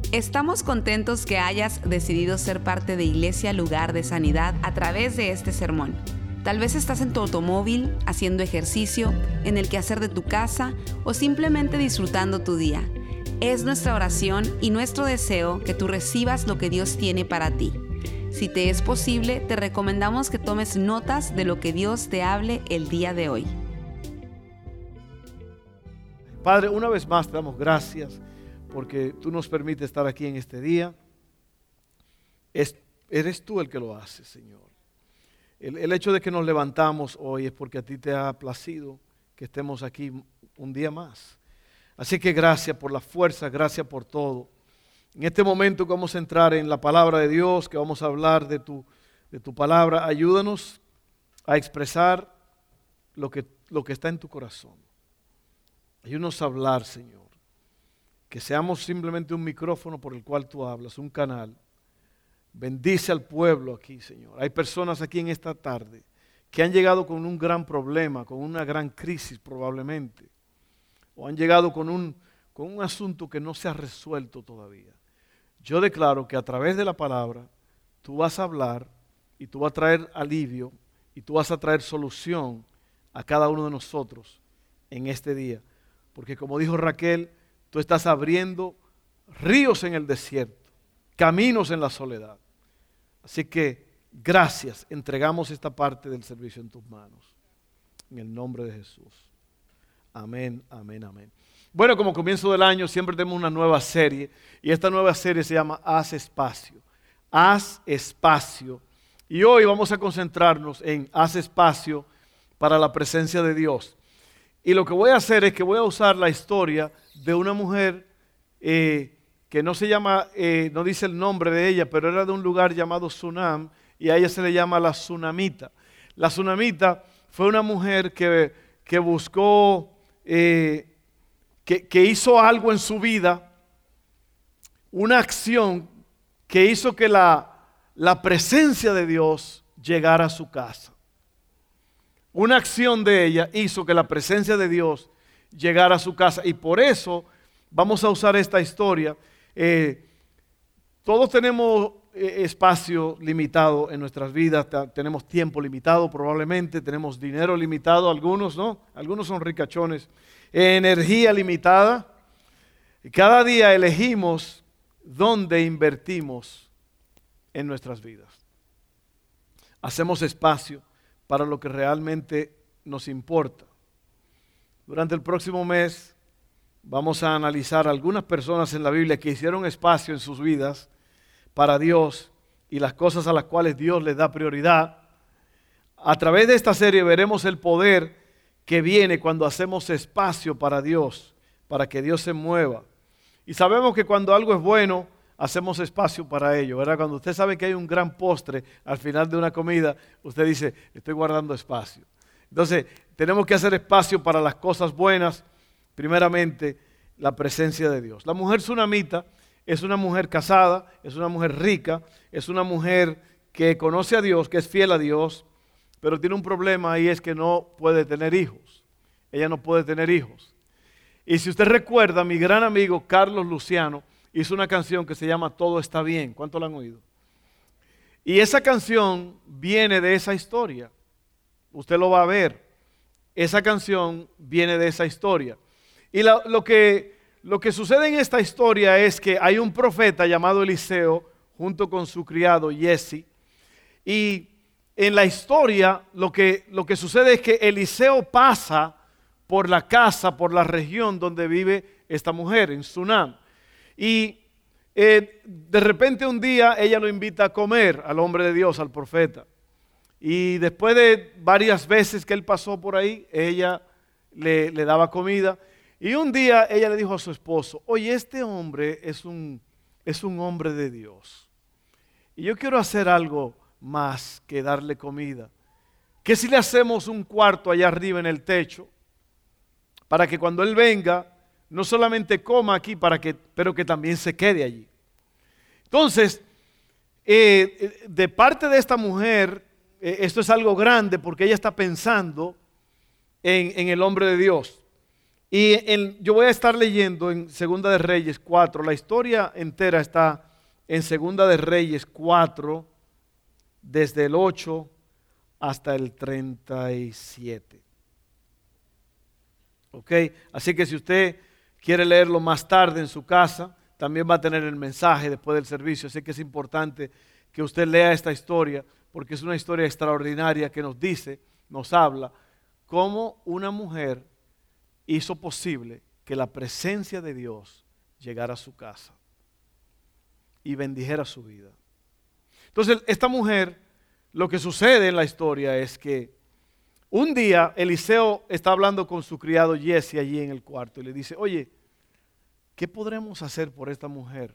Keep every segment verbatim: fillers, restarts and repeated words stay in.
Estamos contentos que hayas decidido ser parte de Iglesia Lugar de Sanidad a través de este sermón. Tal vez estás en tu automóvil, haciendo ejercicio, en el quehacer de tu casa o simplemente disfrutando tu día. Es nuestra oración y nuestro deseo que tú recibas lo que Dios tiene para ti. Si te es posible, te recomendamos que tomes notas de lo que Dios te hable el día de hoy. Padre, una vez más te damos gracias porque tú nos permites estar aquí en este día. Es, eres tú el que lo hace, Señor. El, el hecho de que nos levantamos hoy es porque a ti te ha placido que estemos aquí un día más. Así que gracias por la fuerza, gracias por todo. En este momento que vamos a entrar en la palabra de Dios, que vamos a hablar de tu, de tu palabra, ayúdanos a expresar lo que, lo que está en tu corazón. Ayúdanos a hablar, Señor. Que seamos simplemente un micrófono por el cual tú hablas, un canal. Bendice al pueblo aquí, Señor. Hay personas aquí en esta tarde que han llegado con un gran problema, con una gran crisis probablemente. O han llegado con un, con un asunto que no se ha resuelto todavía. Yo declaro que a través de la palabra tú vas a hablar y tú vas a traer alivio y tú vas a traer solución a cada uno de nosotros en este día. Porque como dijo Raquel, tú estás abriendo ríos en el desierto, caminos en la soledad. Así que gracias, entregamos esta parte del servicio en tus manos. En el nombre de Jesús. Amén, amén, amén. Bueno, como comienzo del año siempre tenemos una nueva serie y esta nueva serie se llama Haz Espacio. Haz Espacio. Y hoy vamos a concentrarnos en Haz Espacio para la presencia de Dios. Y lo que voy a hacer es que voy a usar la historia de una mujer eh, que no se llama, eh, no dice el nombre de ella, pero era de un lugar llamado Sunam y a ella se le llama la Sunamita. La Sunamita fue una mujer que, que buscó, eh, que, que hizo algo en su vida, una acción que hizo que la, la presencia de Dios llegara a su casa. Una acción de ella hizo que la presencia de Dios llegara a su casa y por eso vamos a usar esta historia. Eh, todos tenemos eh, espacio limitado en nuestras vidas, tenemos tiempo limitado probablemente, tenemos dinero limitado, algunos no, algunos son ricachones, energía limitada. Y cada día elegimos dónde invertimos en nuestras vidas. Hacemos espacio para lo que realmente nos importa. Durante el próximo mes vamos a analizar algunas personas en la Biblia que hicieron espacio en sus vidas para Dios y las cosas a las cuales Dios les da prioridad. A través de esta serie veremos el poder que viene cuando hacemos espacio para Dios, para que Dios se mueva. Y sabemos que cuando algo es bueno, hacemos espacio para ello, ¿verdad? Cuando usted sabe que hay un gran postre al final de una comida, usted dice, estoy guardando espacio. Entonces, tenemos que hacer espacio para las cosas buenas, primeramente, la presencia de Dios. La mujer sunamita es una mujer casada, es una mujer rica, es una mujer que conoce a Dios, que es fiel a Dios, pero tiene un problema y es que no puede tener hijos. Ella no puede tener hijos. Y si usted recuerda, mi gran amigo Carlos Luciano hizo una canción que se llama Todo está bien. ¿Cuánto la han oído? Y esa canción viene de esa historia. Usted lo va a ver. Esa canción viene de esa historia. Y la, lo, que, lo que sucede en esta historia es que hay un profeta llamado Eliseo junto con su criado Jesse. Y en la historia lo que, lo que sucede es que Eliseo pasa por la casa, por la región donde vive esta mujer, en Sunam. Y eh, de repente un día ella lo invita a comer al hombre de Dios, al profeta. Y después de varias veces que él pasó por ahí, ella le, le daba comida. Y un día ella le dijo a su esposo, oye, este hombre es un, es un hombre de Dios. Y yo quiero hacer algo más que darle comida. ¿Qué si le hacemos un cuarto allá arriba en el techo? Para que cuando él venga, no solamente coma aquí, para que, pero que también se quede allí. Entonces, eh, de parte de esta mujer, eh, esto es algo grande porque ella está pensando en, en el hombre de Dios. Y en, yo voy a estar leyendo en Segunda de Reyes cuatro. La historia entera está en Segunda de Reyes cuatro, desde el ocho hasta el treinta y siete. ¿Ok? Así que si usted quiere leerlo más tarde en su casa, también va a tener el mensaje después del servicio. Así que es importante que usted lea esta historia, porque es una historia extraordinaria que nos dice, nos habla, cómo una mujer hizo posible que la presencia de Dios llegara a su casa y bendijera su vida. Entonces, esta mujer, lo que sucede en la historia es que un día Eliseo está hablando con su criado Jesse allí en el cuarto y le dice, oye, ¿qué podremos hacer por esta mujer?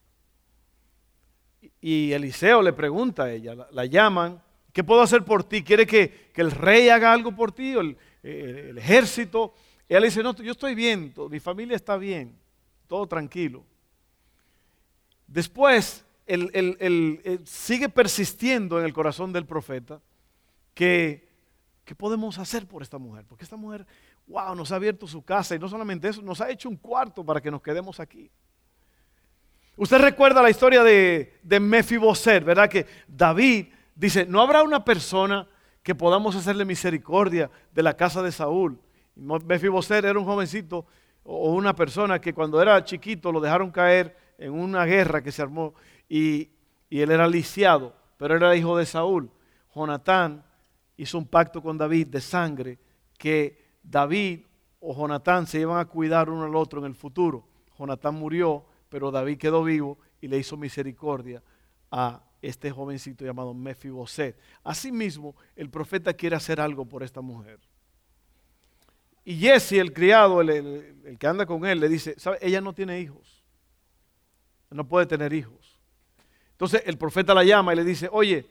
Y Eliseo le pregunta a ella, la, la llaman, ¿qué puedo hacer por ti? ¿Quiere que, que el rey haga algo por ti? ¿O el, el, el ejército? Ella le dice, no, yo estoy bien, mi familia está bien, todo tranquilo. Después, él, él, él, él sigue persistiendo en el corazón del profeta que, ¿qué podemos hacer por esta mujer? Porque esta mujer, wow, nos ha abierto su casa y no solamente eso, nos ha hecho un cuarto para que nos quedemos aquí. Usted recuerda la historia de, de Mefiboset, ¿verdad? Que David dice, no habrá una persona que podamos hacerle misericordia de la casa de Saúl. Mefiboset era un jovencito o una persona que cuando era chiquito lo dejaron caer en una guerra que se armó y, y él era lisiado, pero era hijo de Saúl. Jonatán hizo un pacto con David de sangre que David o Jonatán se iban a cuidar uno al otro en el futuro. Jonatán murió, pero David quedó vivo y le hizo misericordia a este jovencito llamado Mefiboset. Asimismo, el profeta quiere hacer algo por esta mujer. Y Jesse, el criado, el, el, el que anda con él, le dice, ¿sabe? Ella no tiene hijos. No puede tener hijos. Entonces el profeta la llama y le dice, oye,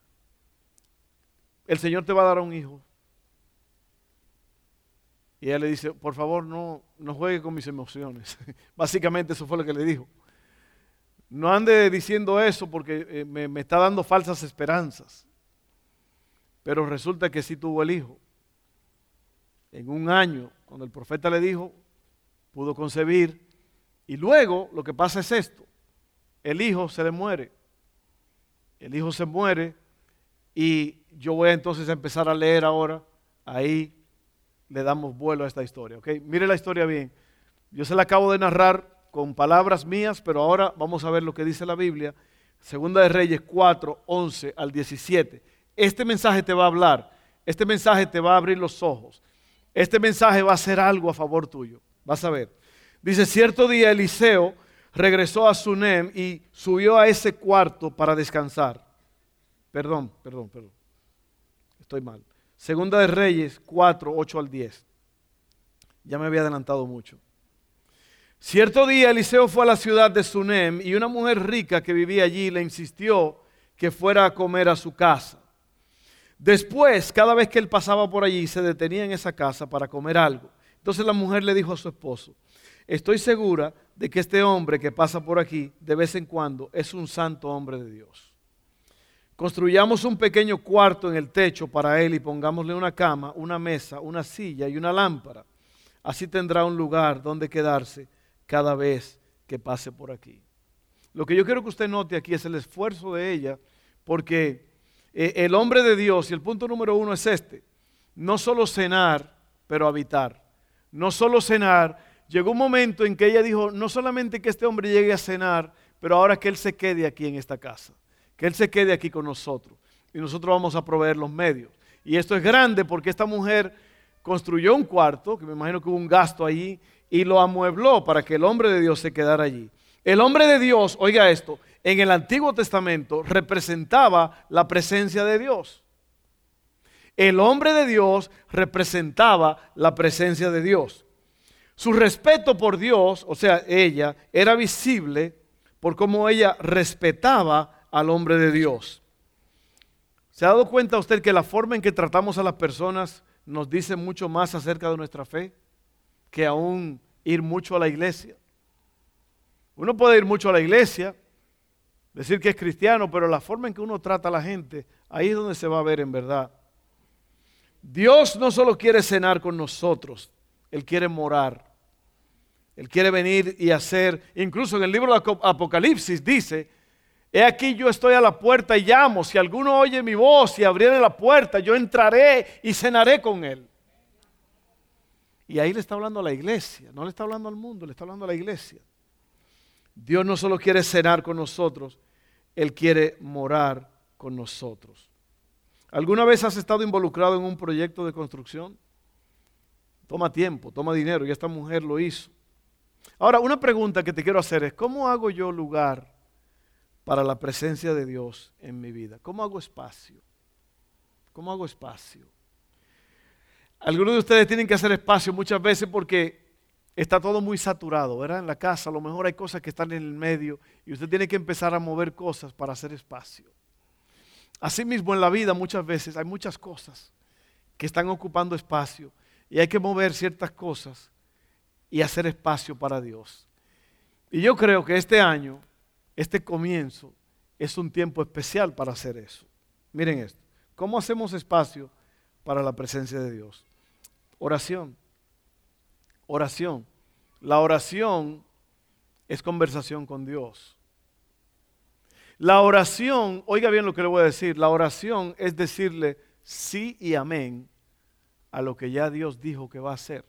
el Señor te va a dar un hijo. Y ella le dice, por favor, no, no juegue con mis emociones. Básicamente eso fue lo que le dijo. No ande diciendo eso porque eh, me, me está dando falsas esperanzas. Pero resulta que sí tuvo el hijo. En un año, cuando el profeta le dijo, pudo concebir. Y luego lo que pasa es esto. El hijo se le muere. El hijo se muere y yo voy entonces a empezar a leer ahora. Ahí le damos vuelo a esta historia. ¿Okay? Mire la historia bien. Yo se la acabo de narrar con palabras mías, pero ahora vamos a ver lo que dice la Biblia. Segunda de Reyes cuatro, once al diecisiete. Este mensaje te va a hablar. Este mensaje te va a abrir los ojos. Este mensaje va a hacer algo a favor tuyo. Vas a ver. Dice, cierto día Eliseo regresó a Sunem y subió a ese cuarto para descansar. Perdón, perdón, perdón. Estoy mal. Segunda de Reyes cuatro, ocho al diez. Ya me había adelantado mucho. Cierto día Eliseo fue a la ciudad de Sunem y una mujer rica que vivía allí le insistió que fuera a comer a su casa. Después, cada vez que él pasaba por allí, se detenía en esa casa para comer algo. Entonces la mujer le dijo a su esposo, estoy segura de que este hombre que pasa por aquí de vez en cuando es un santo hombre de Dios. Construyamos un pequeño cuarto en el techo para él y pongámosle una cama, una mesa, una silla y una lámpara. Así tendrá un lugar donde quedarse cada vez que pase por aquí. Lo que yo quiero que usted note aquí es el esfuerzo de ella, porque eh, el hombre de Dios, y el punto número uno es este, no solo cenar, pero habitar. No solo cenar, llegó un momento en que ella dijo, no solamente que este hombre llegue a cenar, pero ahora que él se quede aquí en esta casa, que él se quede aquí con nosotros, y nosotros vamos a proveer los medios. Y esto es grande porque esta mujer construyó un cuarto, que me imagino que hubo un gasto allí, y lo amuebló para que el hombre de Dios se quedara allí. El hombre de Dios, oiga esto, en el Antiguo Testamento representaba la presencia de Dios. El hombre de Dios representaba la presencia de Dios. Su respeto por Dios, o sea, ella, era visible por cómo ella respetaba al hombre de Dios. ¿Se ha dado cuenta usted que la forma en que tratamos a las personas nos dice mucho más acerca de nuestra fe que aún ir mucho a la iglesia? Uno puede ir mucho a la iglesia, decir que es cristiano, pero la forma en que uno trata a la gente, ahí es donde se va a ver en verdad. Dios no solo quiere cenar con nosotros, Él quiere morar. Él quiere venir y hacer, incluso en el libro de Apocalipsis dice, he aquí yo estoy a la puerta y llamo, si alguno oye mi voz y abriere la puerta, yo entraré y cenaré con él. Y ahí le está hablando a la iglesia, no le está hablando al mundo, le está hablando a la iglesia. Dios no solo quiere cenar con nosotros, Él quiere morar con nosotros. ¿Alguna vez has estado involucrado en un proyecto de construcción? Toma tiempo, toma dinero, y esta mujer lo hizo. Ahora, una pregunta que te quiero hacer es, ¿cómo hago yo lugar para la presencia de Dios en mi vida? ¿Cómo hago espacio? ¿Cómo hago espacio? Algunos de ustedes tienen que hacer espacio muchas veces porque está todo muy saturado, ¿verdad? En la casa a lo mejor hay cosas que están en el medio y usted tiene que empezar a mover cosas para hacer espacio. Asimismo en la vida muchas veces hay muchas cosas que están ocupando espacio y hay que mover ciertas cosas y hacer espacio para Dios. Y yo creo que este año, este comienzo, es un tiempo especial para hacer eso. Miren esto, ¿cómo hacemos espacio para la presencia de Dios? Oración. Oración. La oración es conversación con Dios. La oración, oiga bien lo que le voy a decir, la oración es decirle sí y amén a lo que ya Dios dijo que va a hacer.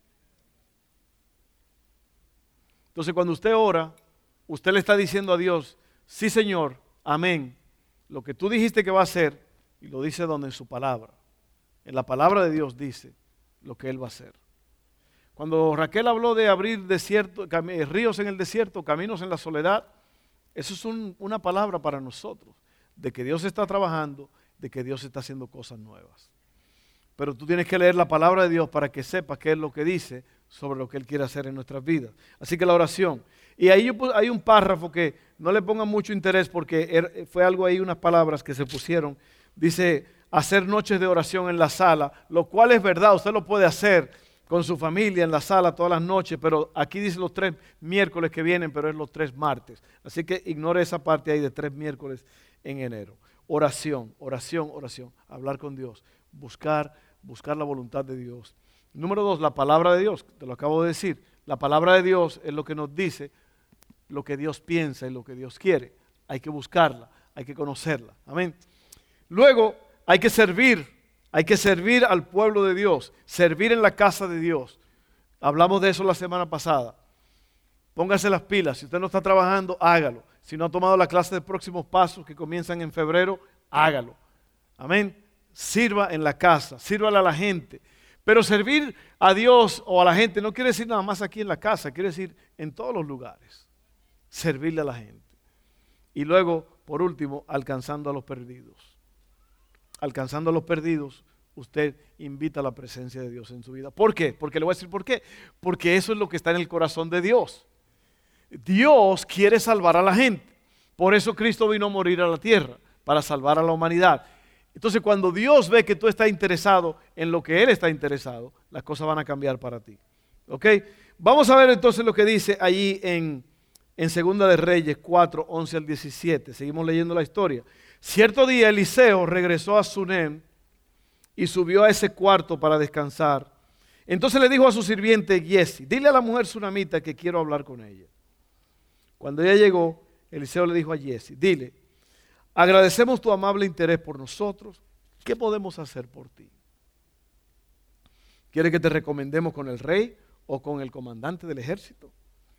Entonces cuando usted ora, usted le está diciendo a Dios, sí Señor, amén, lo que tú dijiste que va a hacer, y lo dice donde en su palabra. En la palabra de Dios dice lo que Él va a hacer. Cuando Raquel habló de abrir desierto, ríos en el desierto, caminos en la soledad, eso es un, una palabra para nosotros, de que Dios está trabajando, de que Dios está haciendo cosas nuevas. Pero tú tienes que leer la palabra de Dios para que sepas qué es lo que dice sobre lo que Él quiere hacer en nuestras vidas. Así que la oración. Y ahí yo, hay un párrafo que no le pongan mucho interés porque fue algo ahí, unas palabras que se pusieron. Dice, hacer noches de oración en la sala, lo cual es verdad, usted lo puede hacer con su familia en la sala todas las noches, pero aquí dice los tres miércoles que vienen, pero es los tres martes. Así que ignore esa parte ahí de tres miércoles en enero. Oración, oración, oración, hablar con Dios, buscar, buscar la voluntad de Dios. Número dos, la palabra de Dios, te lo acabo de decir. La palabra de Dios es lo que nos dice lo que Dios piensa y lo que Dios quiere. Hay que buscarla, hay que conocerla. Amén. Luego hay que servir. Hay que servir al pueblo de Dios, servir en la casa de Dios. Hablamos de eso la semana pasada. Póngase las pilas, si usted no está trabajando, hágalo. Si no ha tomado la clase de próximos pasos que comienzan en febrero, hágalo. Amén. Sirva en la casa, sírvale a la gente. Pero servir a Dios o a la gente no quiere decir nada más aquí en la casa, quiere decir en todos los lugares. Servirle a la gente. Y luego, por último, alcanzando a los perdidos. Alcanzando a los perdidos, usted invita a la presencia de Dios en su vida. ¿Por qué? Porque le voy a decir por qué. Porque eso es lo que está en el corazón de Dios. Dios quiere salvar a la gente. Por eso Cristo vino a morir a la tierra, para salvar a la humanidad. Entonces cuando Dios ve que tú estás interesado en lo que Él está interesado, las cosas van a cambiar para ti. ¿Ok? Vamos a ver entonces lo que dice allí en, en Segunda de Reyes cuatro, once al diecisiete. Seguimos leyendo la historia. Cierto día Eliseo regresó a Sunem y subió a ese cuarto para descansar. Entonces le dijo a su sirviente Giesi, dile a la mujer sunamita que quiero hablar con ella. Cuando ella llegó, Eliseo le dijo a Giesi, dile, agradecemos tu amable interés por nosotros, ¿qué podemos hacer por ti? ¿Quiere que te recomendemos con el rey o con el comandante del ejército?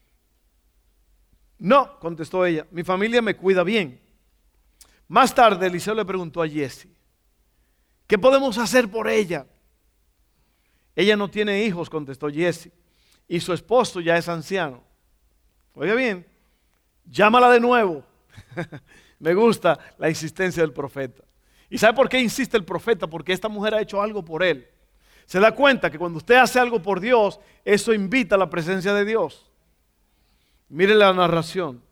No, contestó ella, mi familia me cuida bien. Más tarde Eliseo le preguntó a Giesi, ¿qué podemos hacer por ella? Ella no tiene hijos, contestó Giesi, y su esposo ya es anciano. Oiga bien, llámala de nuevo. Me gusta la insistencia del profeta. ¿Y sabe por qué insiste el profeta? Porque esta mujer ha hecho algo por él. Se da cuenta que cuando usted hace algo por Dios, eso invita a la presencia de Dios. Mire la narración.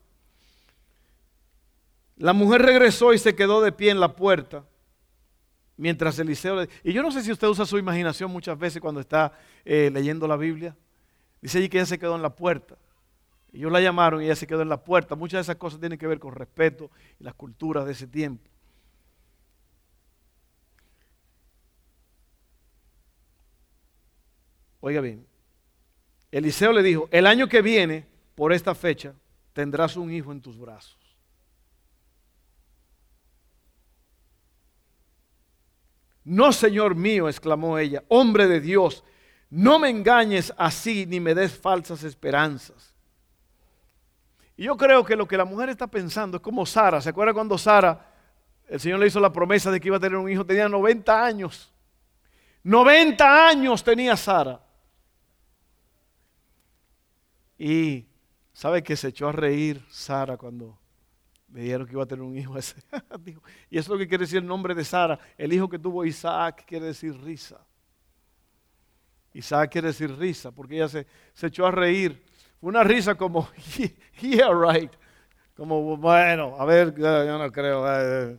La mujer regresó y se quedó de pie en la puerta mientras Eliseo le... Y yo no sé si usted usa su imaginación muchas veces cuando está eh, leyendo la Biblia. Dice allí que ella se quedó en la puerta. Y ellos la llamaron y ella se quedó en la puerta. Muchas de esas cosas tienen que ver con respeto y las culturas de ese tiempo. Oiga bien, Eliseo le dijo, el año que viene, por esta fecha, tendrás un hijo en tus brazos. No, Señor mío, exclamó ella, hombre de Dios, no me engañes así ni me des falsas esperanzas. Y yo creo que lo que la mujer está pensando es como Sara. ¿Se acuerda cuando Sara, el Señor le hizo la promesa de que iba a tener un hijo? Tenía noventa años. noventa años tenía Sara. Y ¿sabe que se echó a reír Sara cuando le dijeron que iba a tener un hijo? Ese? Y eso es lo que quiere decir el nombre de Sara. El hijo que tuvo Isaac quiere decir risa. Isaac quiere decir risa, porque ella se, se echó a reír. Fue una risa como, yeah, right. Como, bueno, a ver, yo no creo.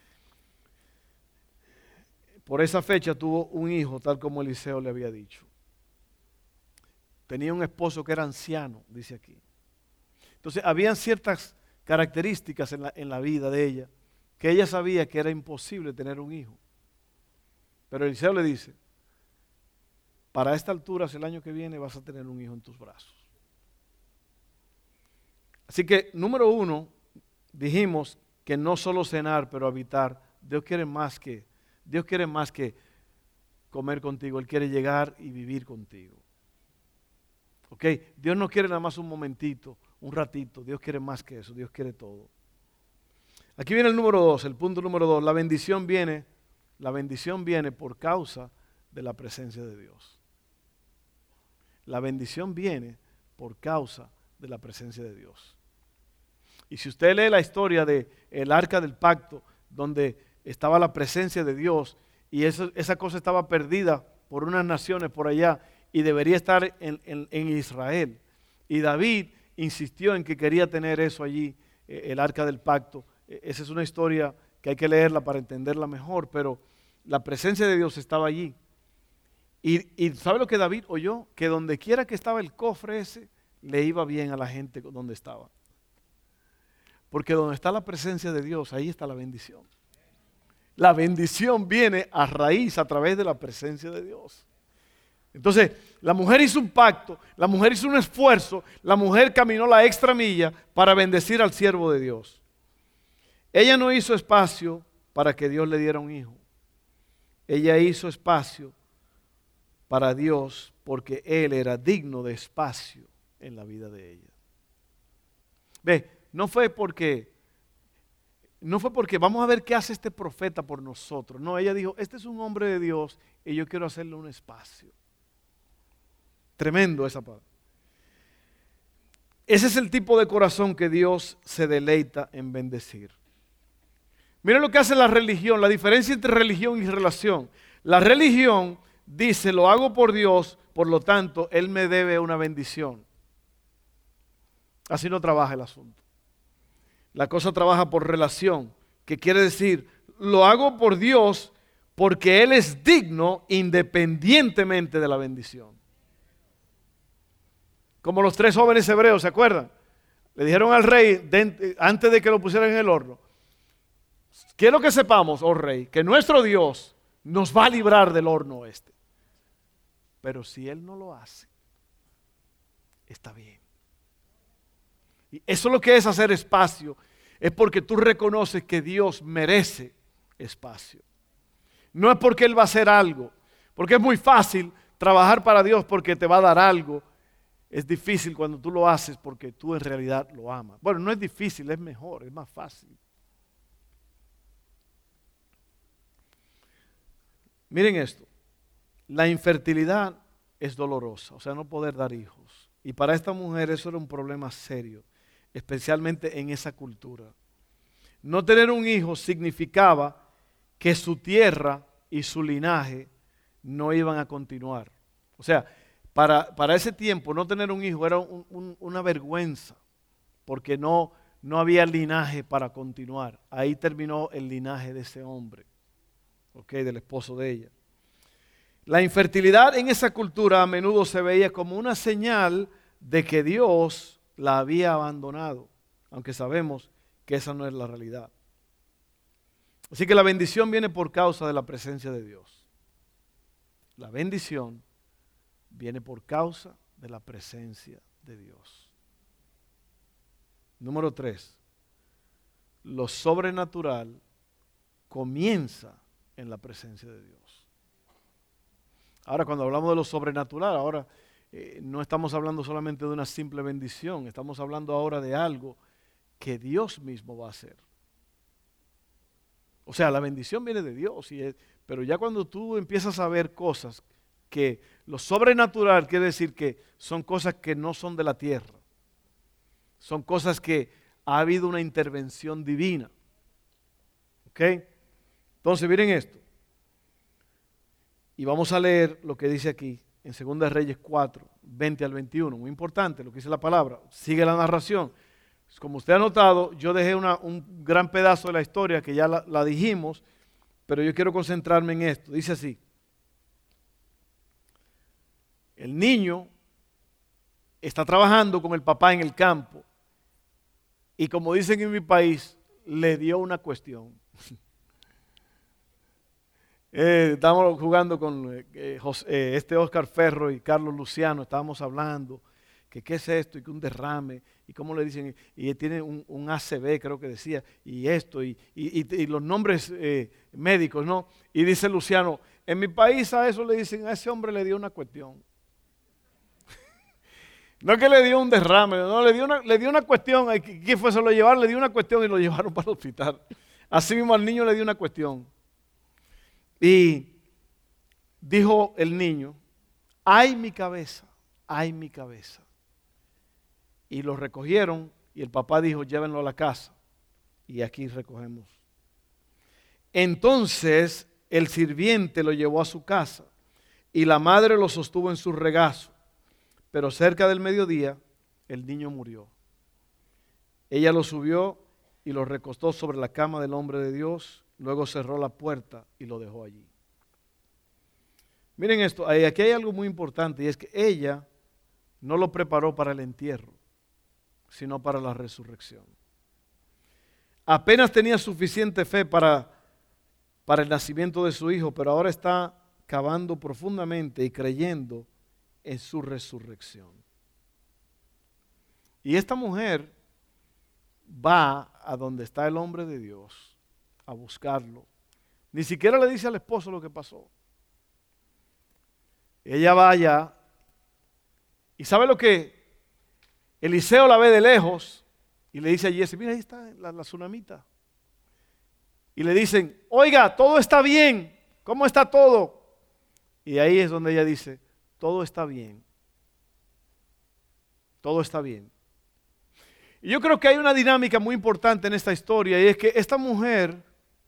Por esa fecha tuvo un hijo, tal como Eliseo le había dicho. Tenía un esposo que era anciano, dice aquí. Entonces, habían ciertas características en la, en la vida de ella, que ella sabía que era imposible tener un hijo. Pero Eliseo le dice, para esta altura, el año que viene, vas a tener un hijo en tus brazos. Así que, número uno, dijimos que no solo cenar, pero habitar. Dios quiere más que, Dios quiere más que comer contigo. Él quiere llegar y vivir contigo. ¿Ok? Dios no quiere nada más un momentito, un ratito. Dios quiere más que eso. Dios quiere todo. Aquí viene el número dos, el punto número dos. La bendición viene, la bendición viene por causa de la presencia de Dios. La bendición viene por causa de la presencia de Dios. Y si usted lee la historia de el arca del pacto, donde estaba la presencia de Dios, y eso, esa cosa estaba perdida por unas naciones por allá, y debería estar en, en, en Israel. Y David insistió en que quería tener eso allí, eh, el arca del pacto. Eh, esa es una historia que hay que leerla para entenderla mejor, pero la presencia de Dios estaba allí. Y, y ¿sabe lo que David oyó? Que donde quiera que estaba el cofre ese, le iba bien a la gente donde estaba. Porque donde está la presencia de Dios, ahí está la bendición. La bendición viene a raíz, a través de la presencia de Dios. Entonces, la mujer hizo un pacto, la mujer hizo un esfuerzo, la mujer caminó la extra milla para bendecir al siervo de Dios. Ella no hizo espacio para que Dios le diera un hijo. Ella hizo espacio para Dios porque Él era digno de espacio en la vida de ella. Ve, no fue porque, no fue porque vamos a ver qué hace este profeta por nosotros. No, ella dijo, este es un hombre de Dios y yo quiero hacerle un espacio. Tremendo esa palabra. Ese es el tipo de corazón que Dios se deleita en bendecir. Miren lo que hace la religión, la diferencia entre religión y relación. La religión dice, lo hago por Dios, por lo tanto, Él me debe una bendición. Así no trabaja el asunto. La cosa trabaja por relación, que quiere decir, lo hago por Dios porque Él es digno independientemente de la bendición. Como los tres jóvenes hebreos, ¿se acuerdan? Le dijeron al rey, de, antes de que lo pusieran en el horno, quiero que sepamos, oh rey, que nuestro Dios nos va a librar del horno este. Pero si Él no lo hace, está bien. Y eso es lo que es hacer espacio, es porque tú reconoces que Dios merece espacio. No es porque Él va a hacer algo, porque es muy fácil trabajar para Dios porque te va a dar algo. Es difícil cuando tú lo haces porque tú en realidad lo amas. Bueno, no es difícil, es mejor, es más fácil. Miren esto, la infertilidad es dolorosa, o sea, no poder dar hijos. Y para esta mujer eso era un problema serio, especialmente en esa cultura. No tener un hijo significaba que su tierra y su linaje no iban a continuar. O sea, para, para ese tiempo no tener un hijo era un, un, una vergüenza, porque no, no había linaje para continuar. Ahí terminó el linaje de ese hombre, okay, del esposo de ella. La infertilidad en esa cultura a menudo se veía como una señal de que Dios la había abandonado, aunque sabemos que esa no es la realidad. Así que la bendición viene por causa de la presencia de Dios. La bendición viene por causa de la presencia de Dios. Número tres, lo sobrenatural comienza en la presencia de Dios. Ahora, cuando hablamos de lo sobrenatural, ahora eh, no estamos hablando solamente de una simple bendición, estamos hablando ahora de algo que Dios mismo va a hacer. O sea, la bendición viene de Dios, y es, pero ya cuando tú empiezas a ver cosas que lo sobrenatural quiere decir que son cosas que no son de la tierra, son cosas que ha habido una intervención divina. ¿Ok? Entonces miren esto. Y vamos a leer lo que dice aquí en Segunda de Reyes cuatro, veinte al veintiuno. Muy importante lo que dice la palabra. Sigue la narración. Como usted ha notado, yo dejé una, un gran pedazo de la historia que ya la, la dijimos, pero yo quiero concentrarme en esto. Dice así. El niño está trabajando con el papá en el campo y, como dicen en mi país, le dio una cuestión. Eh, estábamos jugando con eh, José, eh, este Oscar Ferro y Carlos Luciano, estábamos hablando que qué es esto y que un derrame y cómo le dicen, y tiene un, un A C V, creo que decía, y esto, y, y, y, y los nombres eh, médicos, ¿no? Y dice Luciano, en mi país a eso le dicen, a ese hombre le dio una cuestión. No es que le dio un derrame, no, le dio una, le dio una cuestión, ¿qué fue? Se lo llevaron, le dio una cuestión y lo llevaron para el hospital. Así mismo al niño le dio una cuestión. Y dijo el niño, ay mi cabeza, ay mi cabeza. Y lo recogieron y el papá dijo, llévenlo a la casa. Y aquí recogemos. Entonces el sirviente lo llevó a su casa y la madre lo sostuvo en su regazo. Pero cerca del mediodía el niño murió. Ella lo subió y lo recostó sobre la cama del hombre de Dios. Luego cerró la puerta y lo dejó allí. Miren esto, aquí hay algo muy importante y es que ella no lo preparó para el entierro, sino para la resurrección. Apenas tenía suficiente fe para, para el nacimiento de su hijo, pero ahora está cavando profundamente y creyendo en su resurrección. Y esta mujer va a donde está el hombre de Dios a buscarlo. Ni siquiera le dice al esposo lo que pasó. Ella va allá y ¿sabe lo que? Eliseo la ve de lejos y le dice a Giezi, mira ahí está la, la tsunamita. Y le dicen, oiga, todo está bien, ¿cómo está todo? Y ahí es donde ella dice, todo está bien, todo está bien. Y yo creo que hay una dinámica muy importante en esta historia y es que esta mujer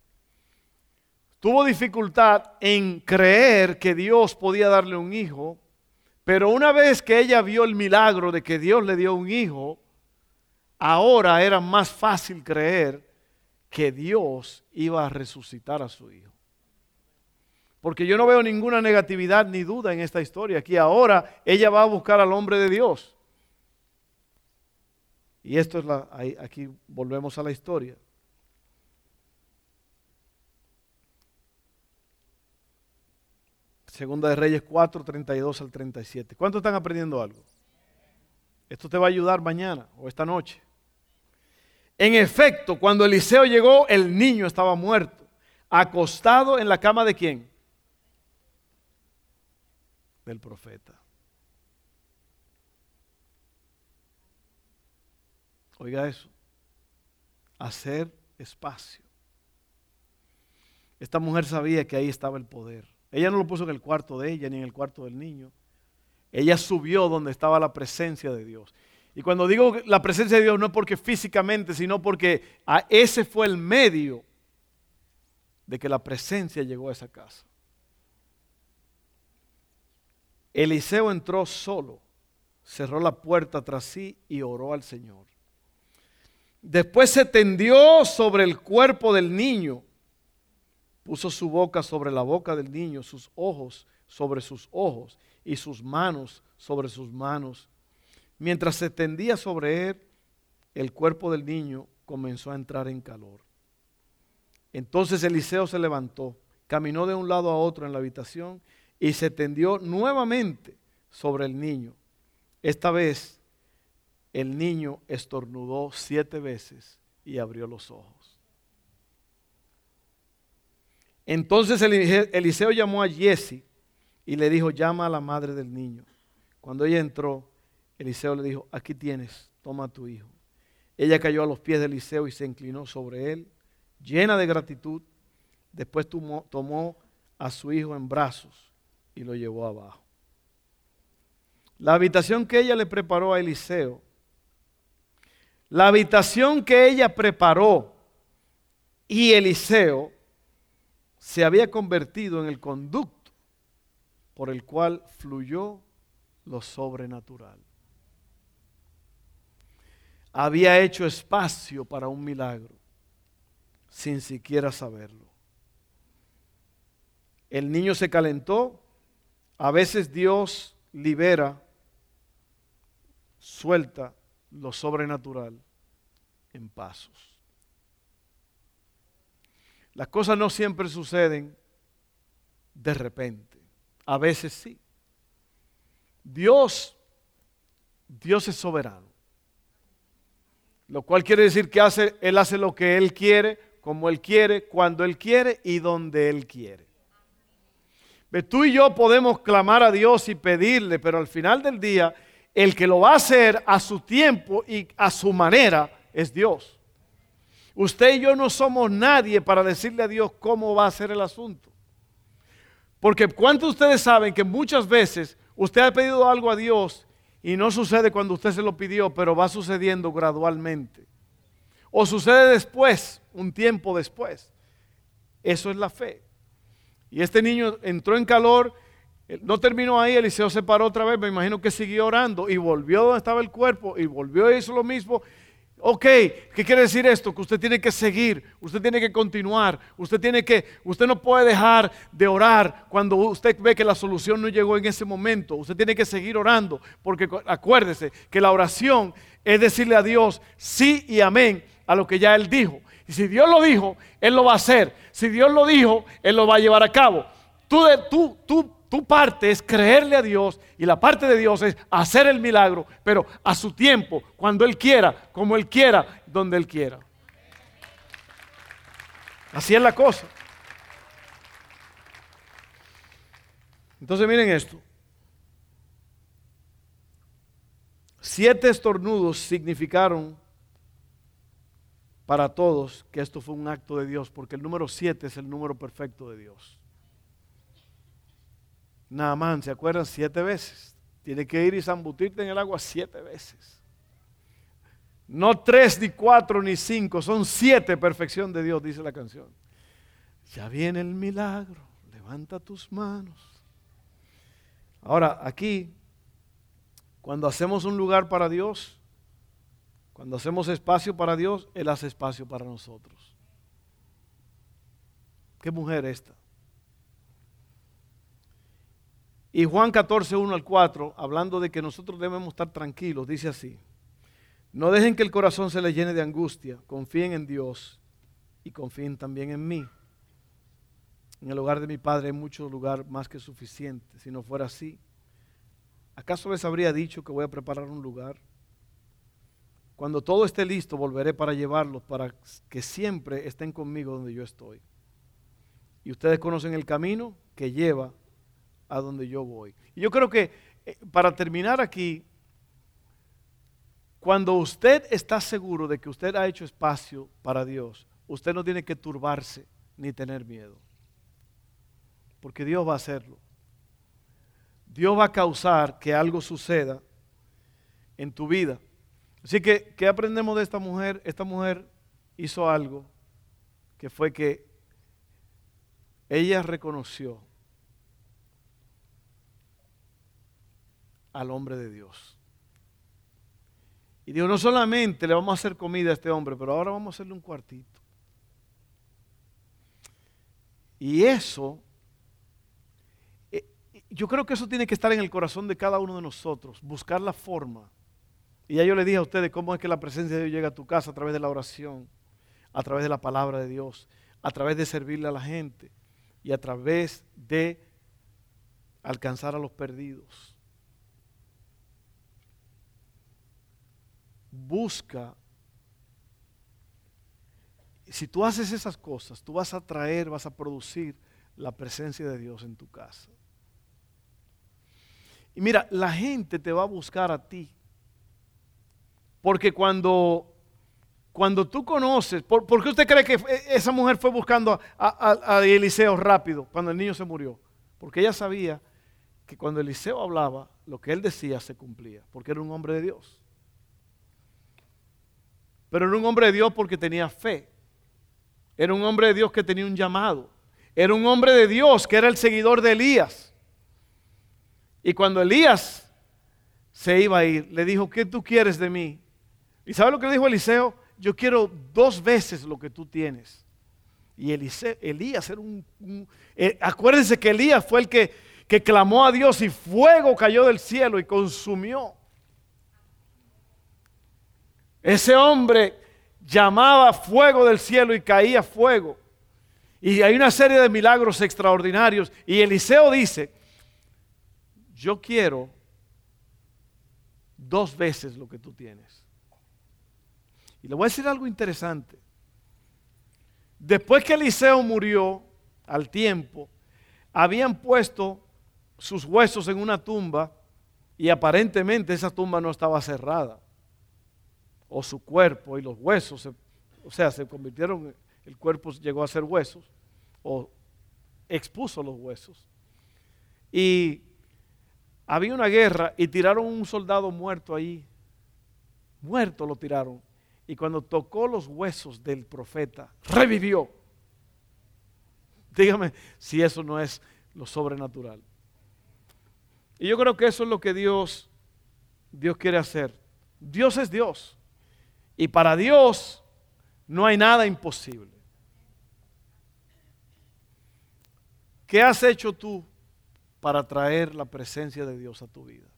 tuvo dificultad en creer que Dios podía darle un hijo, pero una vez que ella vio el milagro de que Dios le dio un hijo, ahora era más fácil creer que Dios iba a resucitar a su hijo. Porque yo no veo ninguna negatividad ni duda en esta historia. Aquí ahora ella va a buscar al hombre de Dios. Y esto es la, aquí volvemos a la historia. Segunda de Reyes cuatro, treinta y dos al treinta y siete. ¿Cuántos están aprendiendo algo? Esto te va a ayudar mañana o esta noche. En efecto, cuando Eliseo llegó, el niño estaba muerto, acostado en la cama ¿de quién? Del profeta. Oiga eso, hacer espacio. Esta mujer sabía que ahí estaba el poder. Ella no lo puso en el cuarto de ella ni en el cuarto del niño. Ella subió donde estaba la presencia de Dios. Y cuando digo la presencia de Dios no es porque físicamente, sino porque a ese fue el medio de que la presencia llegó a esa casa. Eliseo entró solo, cerró la puerta tras sí y oró al Señor. Después se tendió sobre el cuerpo del niño, puso su boca sobre la boca del niño, sus ojos sobre sus ojos y sus manos sobre sus manos. Mientras se tendía sobre él, el cuerpo del niño comenzó a entrar en calor. Entonces Eliseo se levantó, caminó de un lado a otro en la habitación y se tendió nuevamente sobre el niño. Esta vez el niño estornudó siete veces y abrió los ojos. Entonces Eliseo llamó a Giezi y le dijo, llama a la madre del niño. Cuando ella entró, Eliseo le dijo, aquí tienes, toma a tu hijo. Ella cayó a los pies de Eliseo y se inclinó sobre él, llena de gratitud. Después tomó, tomó a su hijo en brazos y lo llevó abajo. La habitación que ella le preparó a Eliseo, la habitación que ella preparó y Eliseo se había convertido en el conducto por el cual fluyó lo sobrenatural. Había hecho espacio para un milagro sin siquiera saberlo. El niño se calentó. A veces Dios libera, suelta lo sobrenatural en pasos. Las cosas no siempre suceden de repente. A veces sí. Dios, Dios es soberano. Lo cual quiere decir que hace, Él hace lo que Él quiere, como Él quiere, cuando Él quiere y donde Él quiere. Tú y yo podemos clamar a Dios y pedirle, pero al final del día, el que lo va a hacer a su tiempo y a su manera es Dios. Usted y yo no somos nadie para decirle a Dios cómo va a ser el asunto. Porque ¿cuántos de ustedes saben que muchas veces usted ha pedido algo a Dios y no sucede cuando usted se lo pidió, pero va sucediendo gradualmente? O sucede después, un tiempo después. Eso es la fe. Y este niño entró en calor, no terminó ahí, Eliseo se paró otra vez, me imagino que siguió orando y volvió donde estaba el cuerpo y volvió y hizo lo mismo. Ok, ¿qué quiere decir esto? Que usted tiene que seguir, usted tiene que continuar, usted tiene que, usted no puede dejar de orar cuando usted ve que la solución no llegó en ese momento. Usted tiene que seguir orando, porque acuérdese que la oración es decirle a Dios sí y amén a lo que ya Él dijo. Y si Dios lo dijo, Él lo va a hacer. Si Dios lo dijo, Él lo va a llevar a cabo. Tú, de, tú, tú, tu parte es creerle a Dios y la parte de Dios es hacer el milagro, pero a su tiempo, cuando Él quiera, como Él quiera, donde Él quiera. Así es la cosa. Entonces miren esto. Siete estornudos significaron para todos que esto fue un acto de Dios, porque el número siete es el número perfecto de Dios. Naamán, ¿se acuerdan? Siete veces. Tiene que ir y zambutirte en el agua siete veces. No tres, ni cuatro, ni cinco, son siete, perfección de Dios, dice la canción. Ya viene el milagro, levanta tus manos. Ahora, aquí, cuando hacemos un lugar para Dios, cuando hacemos espacio para Dios, Él hace espacio para nosotros. ¿Qué mujer esta? Y Juan catorce, uno al cuatro, hablando de que nosotros debemos estar tranquilos, dice así: no dejen que el corazón se les llene de angustia, confíen en Dios y confíen también en mí. En el hogar de mi Padre hay mucho lugar más que suficiente. Si no fuera así, ¿acaso les habría dicho que voy a preparar un lugar? Cuando todo esté listo, volveré para llevarlos, para que siempre estén conmigo donde yo estoy. Y ustedes conocen el camino que lleva a donde yo voy. Y yo creo que eh, para terminar aquí, cuando usted está seguro de que usted ha hecho espacio para Dios, usted no tiene que turbarse ni tener miedo, porque Dios va a hacerlo. Dios va a causar que algo suceda en tu vida. Así que, ¿qué aprendemos de esta mujer? Esta mujer hizo algo que fue que ella reconoció al hombre de Dios. Y dijo, no solamente le vamos a hacer comida a este hombre, pero ahora vamos a hacerle un cuartito. Y eso, eh, yo creo que eso tiene que estar en el corazón de cada uno de nosotros, buscar la forma. Y ya yo le dije a ustedes cómo es que la presencia de Dios llega a tu casa: a través de la oración, a través de la palabra de Dios, a través de servirle a la gente y a través de alcanzar a los perdidos. busca. Si tú haces esas cosas, tú vas a traer, vas a producir la presencia de Dios en tu casa. Y mira, la gente te va a buscar a ti. Porque cuando, cuando tú conoces, ¿por, ¿por qué usted cree que esa mujer fue buscando a, a, a Eliseo rápido cuando el niño se murió? Porque ella sabía que cuando Eliseo hablaba, lo que él decía se cumplía, porque era un hombre de Dios. Pero era un hombre de Dios porque tenía fe. Era un hombre de Dios que tenía un llamado. Era un hombre de Dios que era el seguidor de Elías. Y cuando Elías se iba a ir, le dijo, ¿qué tú quieres de mí? ¿Y sabe lo que le dijo Eliseo? Yo quiero dos veces lo que tú tienes. Y Eliseo, Elías era un... un eh, acuérdense que Elías fue el que, que clamó a Dios y fuego cayó del cielo y consumió. Ese hombre llamaba fuego del cielo y caía fuego. Y hay una serie de milagros extraordinarios. Y Eliseo dice, yo quiero dos veces lo que tú tienes. Y le voy a decir algo interesante. Después que Eliseo murió, al tiempo, habían puesto sus huesos en una tumba y aparentemente esa tumba no estaba cerrada. O su cuerpo y los huesos, se, o sea, se convirtieron, el cuerpo llegó a ser huesos, o expuso los huesos. Y había una guerra y tiraron un soldado muerto ahí, muerto lo tiraron. Y cuando tocó los huesos del profeta, revivió. Dígame si eso no es lo sobrenatural. Y yo creo que eso es lo que Dios, Dios quiere hacer. Dios es Dios. Y para Dios no hay nada imposible. ¿Qué has hecho tú para traer la presencia de Dios a tu vida?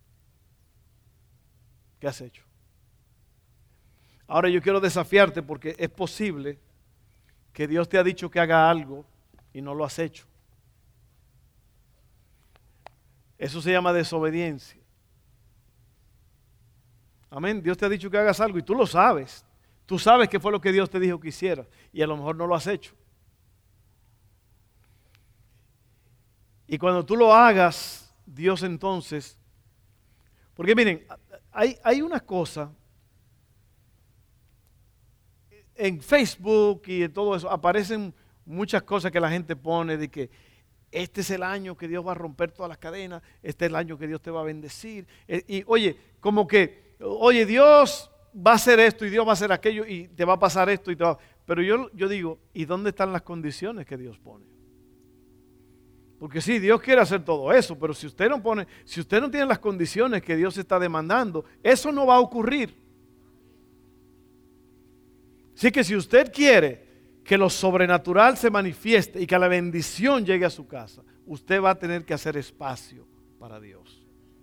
¿Qué has hecho? Ahora yo quiero desafiarte porque es posible que Dios te ha dicho que haga algo y no lo has hecho. Eso se llama desobediencia. Amén. Dios te ha dicho que hagas algo y tú lo sabes. Tú sabes qué fue lo que Dios te dijo que hicieras y a lo mejor no lo has hecho. Y cuando tú lo hagas, Dios entonces... Porque miren, hay, hay una cosa... En Facebook y en todo eso aparecen muchas cosas que la gente pone de que este es el año que Dios va a romper todas las cadenas, este es el año que Dios te va a bendecir. Y oye, como que, oye, Dios va a hacer esto y Dios va a hacer aquello y te va a pasar esto y te va... Pero yo, yo digo, ¿y dónde están las condiciones que Dios pone? Porque sí, Dios quiere hacer todo eso, pero si usted no pone, si usted no tiene las condiciones que Dios está demandando, eso no va a ocurrir. Así que si usted quiere que lo sobrenatural se manifieste y que la bendición llegue a su casa, usted va a tener que hacer espacio para Dios.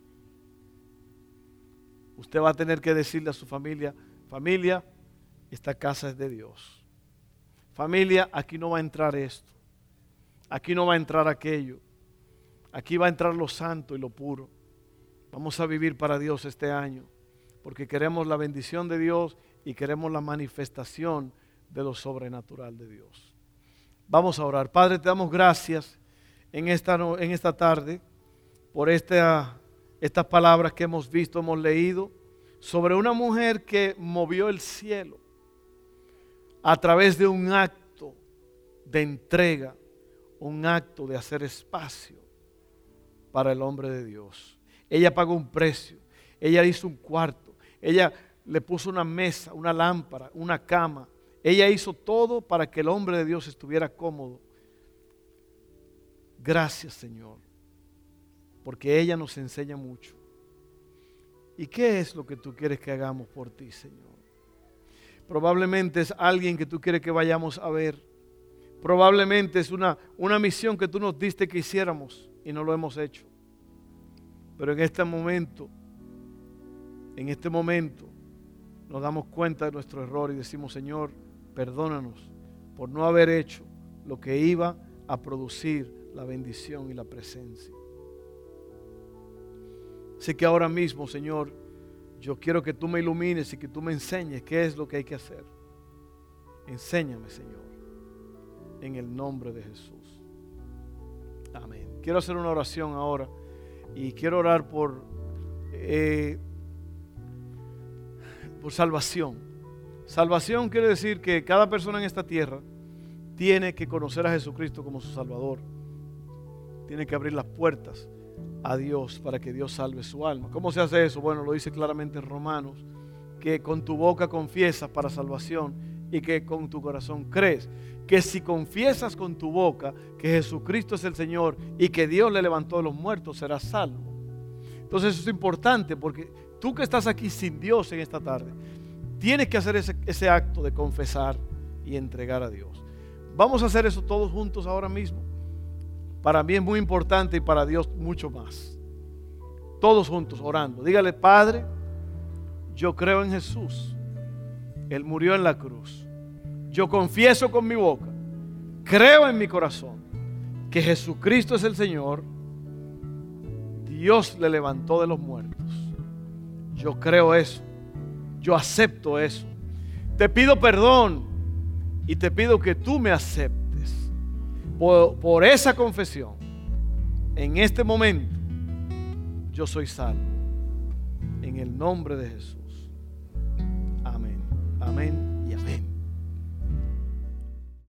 Usted va a tener que decirle a su familia, familia, esta casa es de Dios. Familia, aquí no va a entrar esto. Aquí no va a entrar aquello. Aquí va a entrar lo santo y lo puro. Vamos a vivir para Dios este año, porque queremos la bendición de Dios y queremos la manifestación de lo sobrenatural de Dios. Vamos a orar. Padre, te damos gracias en esta, en esta tarde por esta, estas palabras que hemos visto, hemos leído sobre una mujer que movió el cielo a través de un acto de entrega, un acto de hacer espacio para el hombre de Dios. Ella pagó un precio, ella hizo un cuarto, ella le puso una mesa, una lámpara, una cama. Ella hizo todo para que el hombre de Dios estuviera cómodo. Gracias, Señor, porque ella nos enseña mucho. ¿Y qué es lo que tú quieres que hagamos por ti, Señor? Probablemente es alguien que tú quieres que vayamos a ver. Probablemente es una, una misión que tú nos diste que hiciéramos y no lo hemos hecho. Pero en este momento, en este momento, nos damos cuenta de nuestro error y decimos, Señor, perdónanos por no haber hecho lo que iba a producir la bendición y la presencia. Así que ahora mismo, Señor, yo quiero que tú me ilumines y que tú me enseñes qué es lo que hay que hacer. Enséñame, Señor, en el nombre de Jesús. Amén. Quiero hacer una oración ahora y quiero orar por, eh, por salvación. Salvación quiere decir que cada persona en esta tierra tiene que conocer a Jesucristo como su Salvador. Tiene que abrir las puertas a Dios para que Dios salve su alma. ¿Cómo se hace eso? Bueno, lo dice claramente en Romanos, que con tu boca confiesas para salvación y que con tu corazón crees. Que si confiesas con tu boca que Jesucristo es el Señor y que Dios le levantó de los muertos, serás salvo. Entonces eso es importante, porque tú que estás aquí sin Dios en esta tarde, tienes que hacer ese, ese acto de confesar y entregar a Dios. Vamos a hacer eso todos juntos ahora mismo. Para mí es muy importante y para Dios mucho más. Todos juntos orando. Dígale: Padre, yo creo en Jesús. Él murió en la cruz. Yo confieso con mi boca, creo en mi corazón que Jesucristo es el Señor. Dios le levantó de los muertos. Yo creo eso. Yo acepto eso. Te pido perdón y te pido que tú me aceptes por, por esa confesión. En este momento yo soy salvo. En el nombre de Jesús. Amén. Amén y amén.